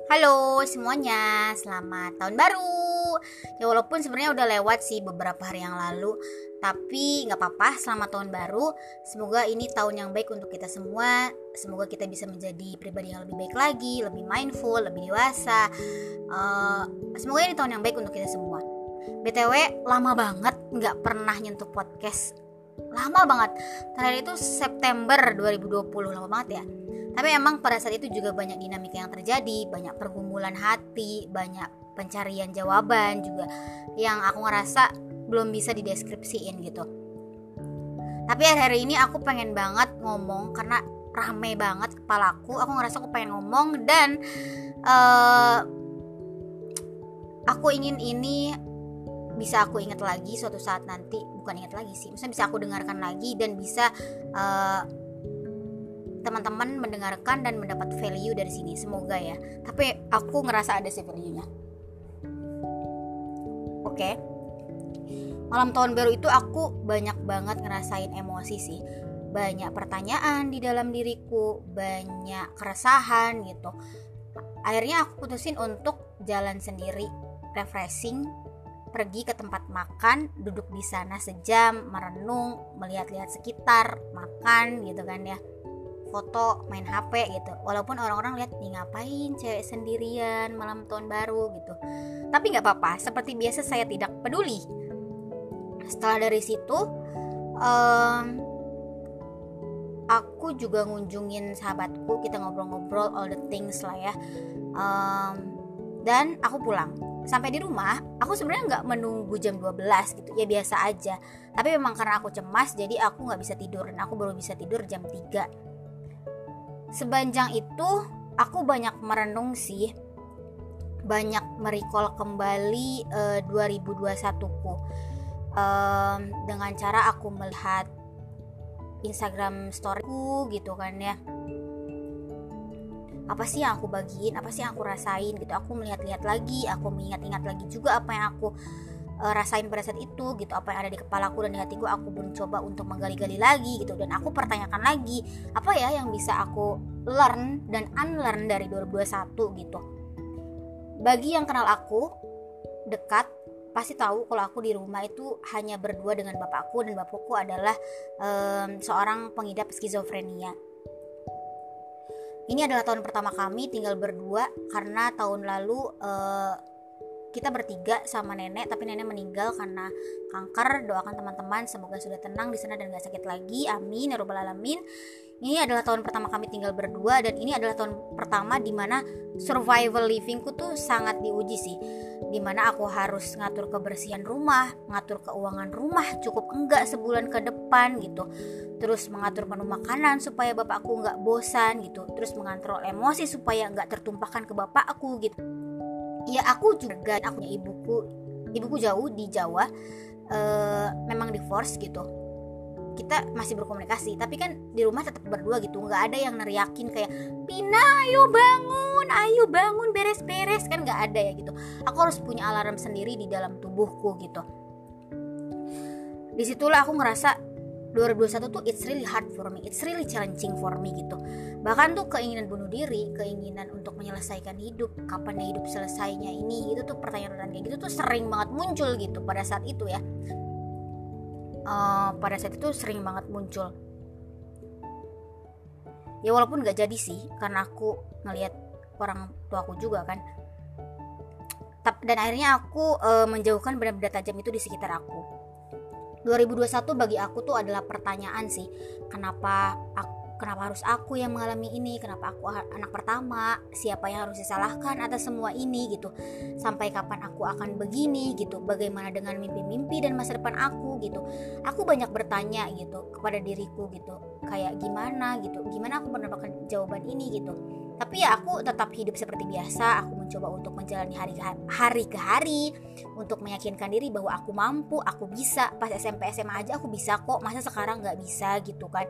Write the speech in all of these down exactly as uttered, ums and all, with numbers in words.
Halo semuanya, selamat tahun baru. Ya walaupun sebenarnya udah lewat sih beberapa hari yang lalu, tapi gak apa-apa, selamat tahun baru. Semoga ini tahun yang baik untuk kita semua. Semoga kita bisa menjadi pribadi yang lebih baik lagi, lebih mindful, lebih dewasa. uh, Semoga ini tahun yang baik untuk kita semua. B T W lama banget gak pernah nyentuh podcast. Lama banget, terakhir itu September dua ribu dua puluh, lama banget ya. Tapi emang pada saat itu juga banyak dinamika yang terjadi, banyak pergumulan hati, banyak pencarian jawaban juga yang aku ngerasa belum bisa dideskripsiin gitu. Tapi hari ini aku pengen banget ngomong karena rame banget kepalaku. Aku ngerasa aku pengen ngomong dan uh, aku ingin ini bisa aku ingat lagi suatu saat nanti. Bukan ingat lagi sih, maksudnya bisa aku dengarkan lagi dan bisa uh, teman-teman mendengarkan dan mendapat value dari sini, semoga ya. Tapi aku ngerasa ada sih value-nya. Oke, okay. Malam tahun baru itu aku banyak banget ngerasain emosi sih. Banyak pertanyaan di dalam diriku, banyak keresahan gitu. Akhirnya aku putusin untuk jalan sendiri, refreshing, pergi ke tempat makan, duduk di sana sejam, merenung, melihat-lihat sekitar, makan gitu kan ya. Foto, main H P gitu. Walaupun orang-orang lihat, nih ngapain cewek sendirian malam tahun baru gitu. Tapi gak apa-apa, seperti biasa saya tidak peduli. Setelah dari situ um, aku juga ngunjungin sahabatku, kita ngobrol-ngobrol all the things lah ya. um, Dan aku pulang. Sampai di rumah, aku sebenarnya gak menunggu jam dua belas gitu, ya biasa aja. Tapi memang karena aku cemas, jadi aku gak bisa tidur. Dan aku baru bisa tidur jam tiga. Sepanjang itu aku banyak merenung sih, banyak merecall kembali uh, dua ribu dua puluh satu ku um, dengan cara aku melihat Instagram storyku gitu kan ya. Apa sih yang aku bagiin, apa sih yang aku rasain gitu. Aku melihat-lihat lagi, aku mengingat-ingat lagi juga apa yang aku uh, rasain pada saat itu gitu. Apa yang ada di kepalaku dan di hatiku, aku mencoba untuk menggali-gali lagi gitu. Dan aku pertanyakan lagi, apa ya yang bisa aku learn dan unlearn dari dua ribu dua puluh satu gitu. Bagi yang kenal aku dekat, pasti tahu kalau aku di rumah itu hanya berdua dengan bapakku. Dan bapakku adalah um, seorang pengidap skizofrenia. Ini adalah tahun pertama kami tinggal berdua karena tahun lalu uh, kita bertiga sama nenek, tapi nenek meninggal karena kanker. Doakan teman-teman semoga sudah tenang di sana dan gak sakit lagi. Amin ya rabbal alamin. Ini adalah tahun pertama kami tinggal berdua dan ini adalah tahun pertama di mana survival livingku tuh sangat diuji sih. Di mana aku harus ngatur kebersihan rumah, ngatur keuangan rumah cukup enggak sebulan ke depan gitu. Terus mengatur menu makanan supaya bapakku enggak bosan gitu. Terus mengontrol emosi supaya enggak tertumpahkan ke bapakku gitu. Ya aku juga, aku punya ibuku, ibuku jauh di Jawa, uh, memang divorce gitu. Kita masih berkomunikasi, tapi kan di rumah tetap berdua gitu. Nggak ada yang neriakin kayak, Pina ayo bangun, ayo bangun beres-beres, kan nggak ada ya gitu. Aku harus punya alarm sendiri di dalam tubuhku gitu. Disitulah aku ngerasa dua ribu dua puluh satu tuh it's really hard for me, it's really challenging for me gitu. Bahkan tuh keinginan bunuh diri, keinginan untuk menyelesaikan hidup, kapan ya hidup selesainya ini, itu tuh pertanyaan kayak gitu tuh sering banget muncul gitu pada saat itu ya. Uh, pada saat itu sering banget muncul. Ya walaupun gak jadi sih, karena aku ngelihat orang tua aku juga kan. Dan akhirnya aku uh, menjauhkan benda-benda tajam itu di sekitar aku. dua ribu dua puluh satu bagi aku tuh adalah pertanyaan sih. Kenapa aku Kenapa harus aku yang mengalami ini? Kenapa aku anak pertama? Siapa yang harus disalahkan atas semua ini gitu? Sampai kapan aku akan begini gitu? Bagaimana dengan mimpi-mimpi dan masa depan aku gitu? Aku banyak bertanya gitu kepada diriku gitu. Kayak gimana gitu? Gimana aku mendapatkan jawaban ini gitu? Tapi ya aku tetap hidup seperti biasa. Aku mencoba untuk menjalani hari ke hari, ke hari untuk meyakinkan diri bahwa aku mampu, aku bisa. Pas S M P S M A aja aku bisa kok. Masa sekarang gak bisa gitu kan?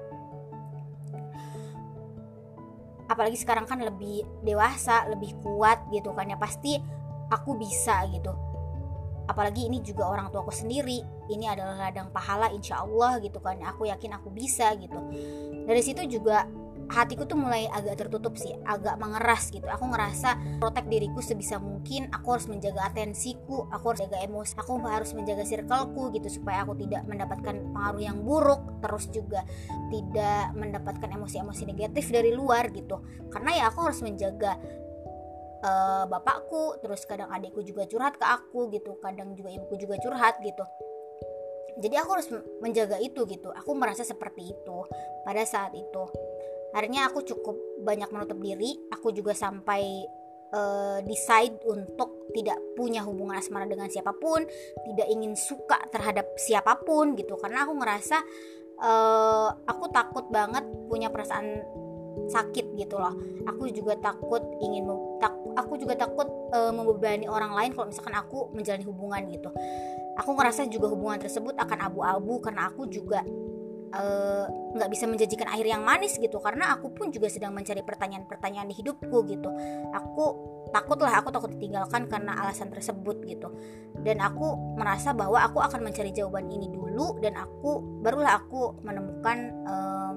Apalagi sekarang kan lebih dewasa, lebih kuat gitu kan ya, pasti aku bisa gitu. Apalagi ini juga orang tuaku sendiri, ini adalah ladang pahala insya Allah gitu kan, aku yakin aku bisa gitu. Dari situ juga hatiku tuh mulai agak tertutup sih, agak mengeras gitu. Aku ngerasa protek diriku sebisa mungkin. Aku harus menjaga atensiku, aku harus jaga emosi, aku harus menjaga circleku gitu, supaya aku tidak mendapatkan pengaruh yang buruk, terus juga tidak mendapatkan emosi-emosi negatif dari luar gitu. Karena ya aku harus menjaga uh, bapakku, terus kadang adikku juga curhat ke aku gitu, kadang juga ibuku juga curhat gitu. Jadi aku harus menjaga itu gitu. Aku merasa seperti itu pada saat itu. Akhirnya aku cukup banyak menutup diri. Aku juga sampai uh, decide untuk tidak punya hubungan asmara dengan siapapun, tidak ingin suka terhadap siapapun gitu. Karena aku ngerasa uh, aku takut banget punya perasaan sakit gitu loh. Aku juga takut ingin tak, aku juga takut uh, membebani orang lain kalau misalkan aku menjalani hubungan gitu. Aku ngerasa juga hubungan tersebut akan abu-abu karena aku juga nggak uh, bisa menjanjikan akhir yang manis gitu, karena aku pun juga sedang mencari pertanyaan-pertanyaan di hidupku gitu. Aku takut lah, aku takut ditinggalkan karena alasan tersebut gitu. Dan aku merasa bahwa aku akan mencari jawaban ini dulu, dan aku barulah aku menemukan um,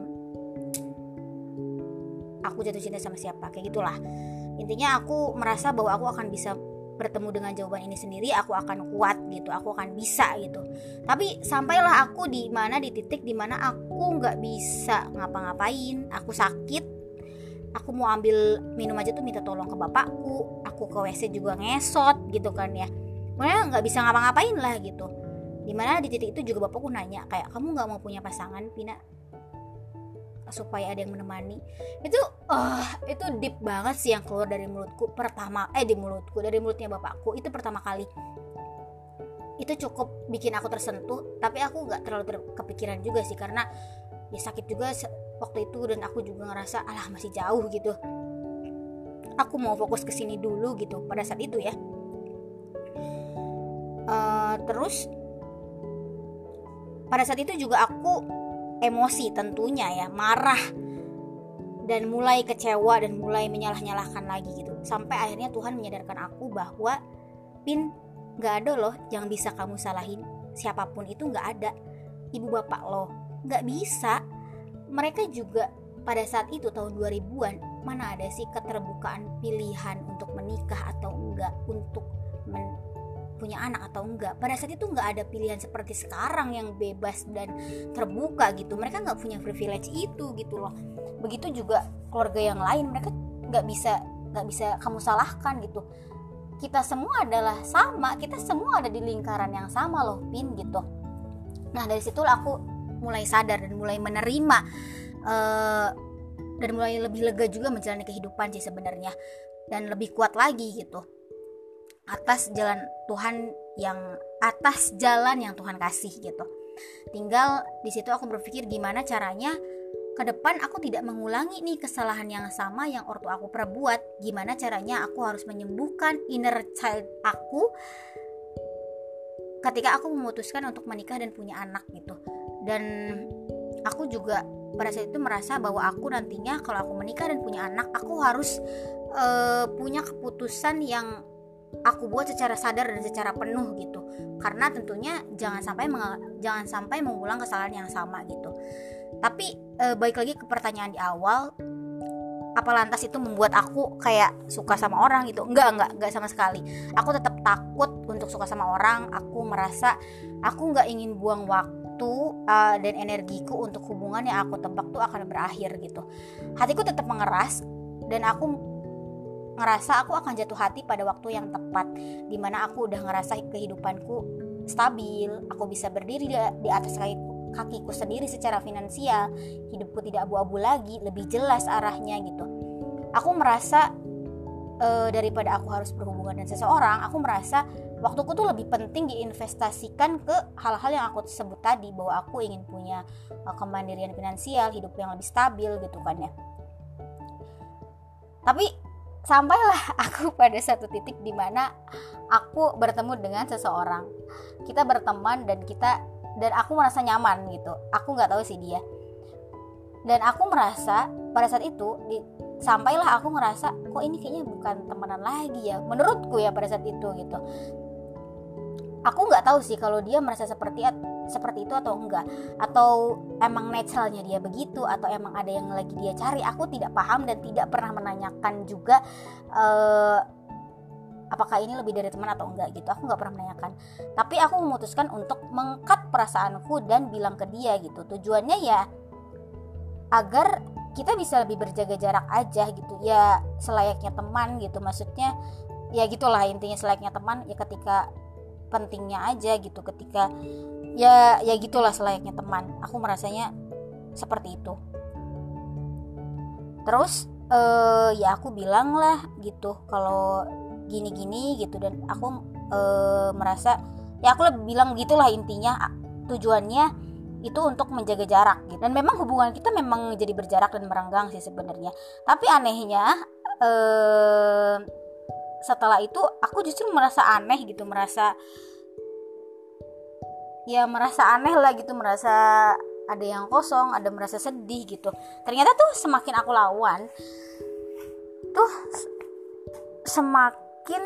aku jatuh cinta sama siapa, kayak gitulah. Intinya aku merasa bahwa aku akan bisa bertemu dengan jawaban ini sendiri, aku akan kuat gitu, aku akan bisa gitu. Tapi sampailah aku di mana di titik di mana aku nggak bisa ngapa-ngapain, aku sakit, aku mau ambil minum aja tuh minta tolong ke bapakku, aku ke W C juga ngesot gitu kan ya, pokoknya nggak bisa ngapa-ngapain lah gitu. Dimana di titik itu juga bapakku nanya kayak, kamu nggak mau punya pasangan Pina supaya ada yang menemani? Itu uh, itu deep banget sih yang keluar dari mulutku pertama eh di mulutku dari mulutnya bapakku itu pertama kali. Itu cukup bikin aku tersentuh, tapi aku nggak terlalu ter- kepikiran juga sih, karena ya sakit juga waktu itu, dan aku juga ngerasa alah masih jauh gitu, aku mau fokus ke sini dulu gitu pada saat itu ya. Uh, terus pada saat itu juga aku emosi tentunya ya, marah dan mulai kecewa dan mulai menyalah-nyalahkan lagi gitu. Sampai akhirnya Tuhan menyadarkan aku bahwa Pin, gak ada loh yang bisa kamu salahin, siapapun itu gak ada. Ibu bapak lo gak bisa. Mereka juga pada saat itu tahun dua ribuan, mana ada sih keterbukaan pilihan untuk menikah atau enggak, untuk men- punya anak atau enggak. Pada saat itu nggak ada pilihan seperti sekarang yang bebas dan terbuka gitu. Mereka nggak punya privilege itu gitu loh. Begitu juga keluarga yang lain, mereka nggak bisa nggak bisa kamu salahkan gitu. Kita semua adalah sama, kita semua ada di lingkaran yang sama loh Pin gitu. Nah dari situ aku mulai sadar dan mulai menerima uh, dan mulai lebih lega juga menjalani kehidupan sih sebenarnya, dan lebih kuat lagi gitu atas jalan Tuhan yang atas jalan yang Tuhan kasih gitu. Tinggal di situ aku berpikir gimana caranya ke depan aku tidak mengulangi nih kesalahan yang sama yang ortu aku perbuat. Gimana caranya aku harus menyembuhkan inner child aku ketika aku memutuskan untuk menikah dan punya anak gitu. Dan aku juga pada saat itu merasa bahwa aku nantinya kalau aku menikah dan punya anak, aku harus uh, punya keputusan yang aku buat secara sadar dan secara penuh gitu, karena tentunya jangan sampai meng- jangan sampai mengulang kesalahan yang sama gitu. Tapi e, balik lagi ke pertanyaan di awal, apa lantas itu membuat aku kayak suka sama orang gitu? Enggak, enggak, enggak sama sekali. Aku tetap takut untuk suka sama orang. Aku merasa aku nggak ingin buang waktu uh, dan energiku untuk hubungan yang aku tebak tuh akan berakhir gitu. Hatiku tetap mengeras, dan aku ngerasa aku akan jatuh hati pada waktu yang tepat, dimana aku udah ngerasa kehidupanku stabil, aku bisa berdiri di, di atas kakiku, kakiku sendiri secara finansial, hidupku tidak abu-abu lagi, lebih jelas arahnya gitu. Aku merasa e, daripada aku harus berhubungan dengan seseorang, aku merasa waktuku tuh lebih penting diinvestasikan ke hal-hal yang aku sebut tadi, bahwa aku ingin punya e, kemandirian finansial, hidup yang lebih stabil gitu kan ya. Tapi sampailah aku pada satu titik di mana aku bertemu dengan seseorang. Kita berteman dan kita dan aku merasa nyaman gitu. Aku nggak tahu sih dia. Dan aku merasa pada saat itu di, sampailah aku ngerasa kok ini kayaknya bukan temenan lagi ya. Menurutku ya pada saat itu gitu. Aku nggak tahu sih kalau dia merasa seperti seperti itu atau enggak, atau emang naturalnya dia begitu, atau emang ada yang lagi dia cari. Aku tidak paham dan tidak pernah menanyakan juga uh, apakah ini lebih dari teman atau enggak gitu. Aku nggak pernah menanyakan, tapi aku memutuskan untuk meng-cut perasaanku dan bilang ke dia gitu. Tujuannya ya agar kita bisa lebih berjaga jarak aja gitu ya, selayaknya teman gitu. Maksudnya ya gitulah intinya, selayaknya teman ya, ketika pentingnya aja gitu, ketika ya ya gitulah selayaknya teman. Aku merasanya seperti itu. Terus uh, ya aku bilang lah gitu kalau gini-gini gitu, dan aku uh, merasa ya aku lebih bilang gitulah intinya, tujuannya itu untuk menjaga jarak gitu. Dan memang hubungan kita memang jadi berjarak dan merenggang sih sebenarnya. Tapi anehnya uh, setelah itu aku justru merasa aneh gitu, merasa ya merasa aneh lah gitu, merasa ada yang kosong, ada merasa sedih gitu. Ternyata tuh semakin aku lawan tuh semakin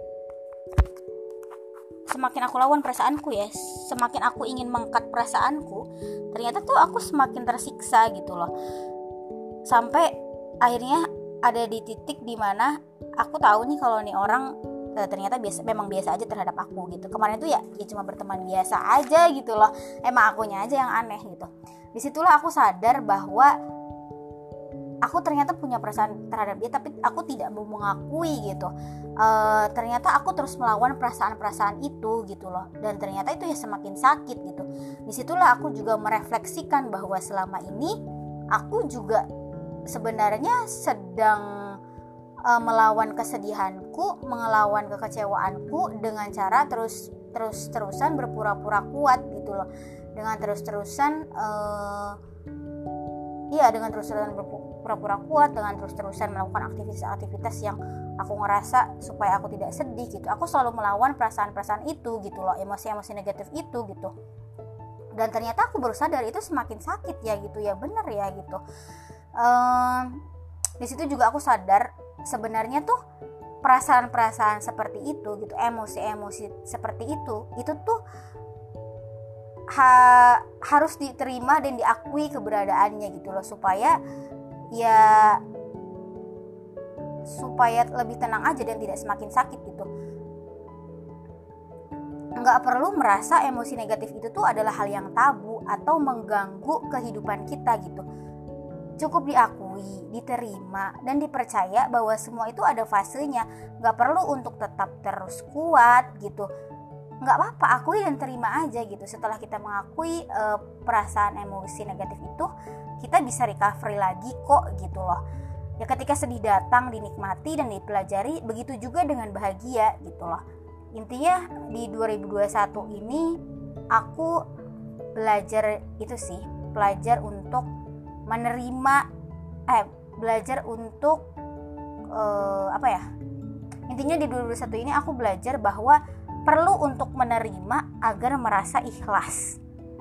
semakin aku lawan perasaanku ya, semakin aku ingin mengkat perasaanku, ternyata tuh aku semakin tersiksa gitu loh. Sampai akhirnya ada di titik dimana aku tahu nih kalau nih orang e, ternyata biasa, memang biasa aja terhadap aku gitu. Kemarin tuh ya, ya cuma berteman biasa aja gitu loh. Emang akunya aja yang aneh gitu. Disitulah aku sadar bahwa aku ternyata punya perasaan terhadap dia, tapi aku tidak mau mengakui gitu. E, ternyata aku terus melawan perasaan-perasaan itu gitu loh. Dan ternyata itu ya semakin sakit gitu. Disitulah aku juga merefleksikan bahwa selama ini aku juga sebenarnya sedang Uh, melawan kesedihanku, melawan kekecewaanku dengan cara terus terus terusan berpura-pura kuat gitu loh, dengan terus terusan uh, iya dengan terus terusan berpura-pura kuat, dengan terus terusan melakukan aktivitas-aktivitas yang aku ngerasa supaya aku tidak sedih gitu. Aku selalu melawan perasaan-perasaan itu gitu loh, emosi-emosi negatif itu gitu. Dan ternyata aku baru sadar itu semakin sakit ya gitu ya, bener ya gitu. Uh, di situ juga aku sadar sebenarnya tuh perasaan-perasaan seperti itu gitu, emosi-emosi seperti itu itu tuh ha, harus diterima dan diakui keberadaannya gitu loh, supaya ya supaya lebih tenang aja dan tidak semakin sakit gitu. Nggak perlu merasa emosi negatif itu tuh adalah hal yang tabu atau mengganggu kehidupan kita gitu. Cukup diakui, diterima, dan dipercaya bahwa semua itu ada fasenya. Gak perlu untuk tetap terus kuat gitu. Gak apa-apa, akui dan terima aja gitu. Setelah kita mengakui e, perasaan emosi negatif itu, kita bisa recovery lagi kok gitu loh. Ya ketika sedih datang, dinikmati dan dipelajari, begitu juga dengan bahagia gitu loh. Intinya di dua ribu dua puluh satu ini aku belajar itu sih, belajar untuk menerima eh belajar untuk uh, apa ya intinya di dua ribu dua puluh satu ini aku belajar bahwa perlu untuk menerima agar merasa ikhlas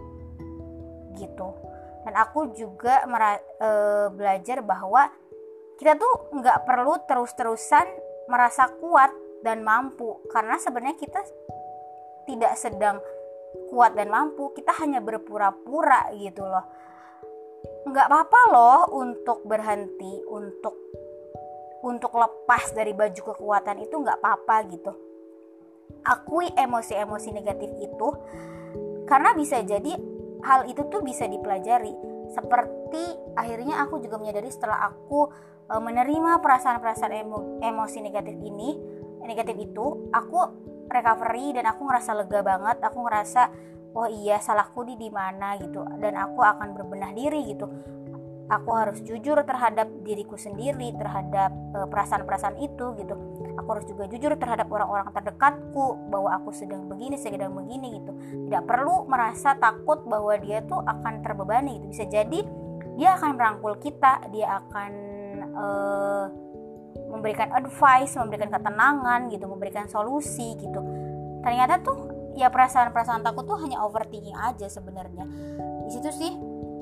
gitu. Dan aku juga mera- uh, belajar bahwa kita tuh nggak perlu terus-terusan merasa kuat dan mampu, karena sebenarnya kita tidak sedang kuat dan mampu, kita hanya berpura-pura gitu loh. Nggak apa-apa loh untuk berhenti, untuk untuk lepas dari baju kekuatan itu nggak apa-apa gitu. Akui emosi-emosi negatif itu, karena bisa jadi hal itu tuh bisa dipelajari. Seperti akhirnya aku juga menyadari setelah aku e, menerima perasaan-perasaan emo, emosi negatif ini, negatif itu, aku recovery dan aku ngerasa lega banget. Aku ngerasa oh iya, salahku di di mana gitu, dan aku akan berbenah diri gitu. Aku harus jujur terhadap diriku sendiri, terhadap e, perasaan-perasaan itu gitu. Aku harus juga jujur terhadap orang-orang terdekatku bahwa aku sedang begini, sedang begini gitu. Tidak perlu merasa takut bahwa dia tuh akan terbebani gitu. Bisa jadi dia akan merangkul kita, dia akan e, memberikan advice, memberikan ketenangan gitu, memberikan solusi gitu. Ternyata tuh ya perasaan-perasaan takut tuh hanya overthinking aja sebenarnya. Di situ sih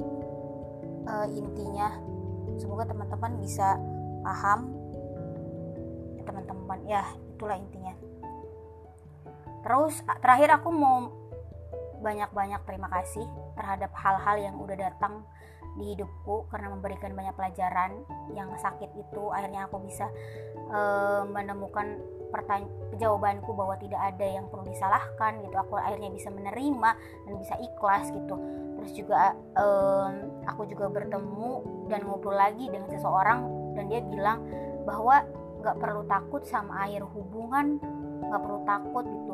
uh, intinya. Semoga teman-teman bisa paham, teman-teman. Ya itulah intinya. Terus terakhir aku mau banyak-banyak terima kasih terhadap hal-hal yang udah datang di hidupku, karena memberikan banyak pelajaran. Yang sakit itu akhirnya aku bisa uh, menemukan pertanya- jawabanku bahwa tidak ada yang perlu disalahkan gitu. Aku akhirnya bisa menerima dan bisa ikhlas gitu. Terus juga um, aku juga bertemu dan ngobrol lagi dengan seseorang, dan dia bilang bahwa gak perlu takut sama akhir hubungan, gak perlu takut gitu.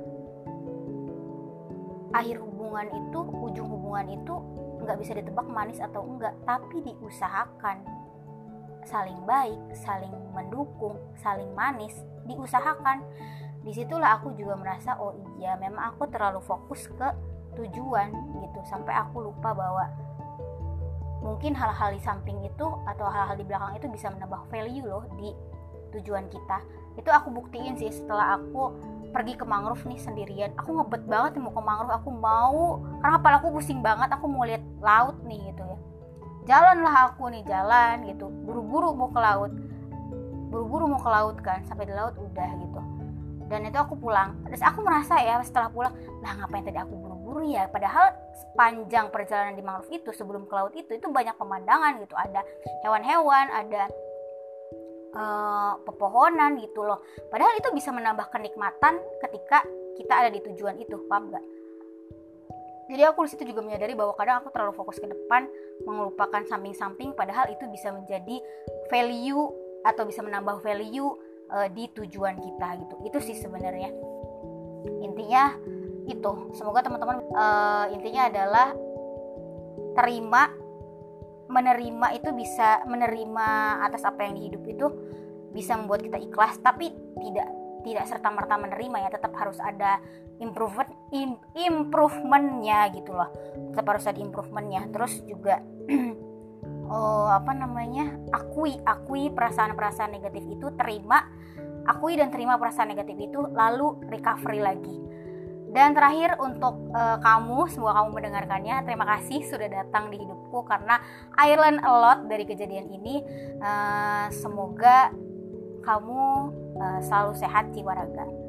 Akhir hubungan itu, ujung hubungan itu gak bisa ditebak manis atau enggak, tapi diusahakan. Saling baik, saling mendukung, saling manis, diusahakan. Disitulah aku juga merasa, oh iya memang aku terlalu fokus ke tujuan gitu, sampai aku lupa bahwa mungkin hal-hal di samping itu atau hal-hal di belakang itu bisa menambah value loh di tujuan kita. Itu aku buktiin sih setelah aku pergi ke mangrove nih sendirian. Aku ngebet banget nih mau ke mangrove, aku mau, karena kepala aku pusing banget, aku mau lihat laut nih gitu ya. Jalanlah aku nih jalan gitu, buru-buru mau ke laut, buru-buru mau ke laut kan, sampai di laut udah gitu. Dan itu aku pulang, terus aku merasa ya setelah pulang, lah ngapain tadi aku buru-buru ya, padahal sepanjang perjalanan di mangrove itu sebelum ke laut itu, itu banyak pemandangan gitu, ada hewan-hewan, ada Uh, pepohonan gitu loh. Padahal itu bisa menambah kenikmatan ketika kita ada di tujuan itu, paham gak? Jadi aku di situ juga menyadari bahwa kadang aku terlalu fokus ke depan, mengelupakan samping-samping, padahal itu bisa menjadi value atau bisa menambah value uh, di tujuan kita gitu. Itu sih sebenarnya intinya itu. Semoga teman-teman uh, intinya adalah terima, menerima itu bisa, menerima atas apa yang di hidup itu bisa membuat kita ikhlas, tapi tidak tidak serta-merta menerima ya, tetap harus ada improvement im, improvementnya gitu loh, tetap harus ada improvementnya. Terus juga oh apa namanya akui akui perasaan-perasaan negatif itu, terima, akui dan terima perasaan negatif itu, lalu recovery lagi. Dan terakhir untuk uh, kamu, semoga kamu mendengarkannya. Terima kasih sudah datang di hidupku, karena I learn a lot dari kejadian ini. Uh, semoga kamu uh, selalu sehat jiwa raga.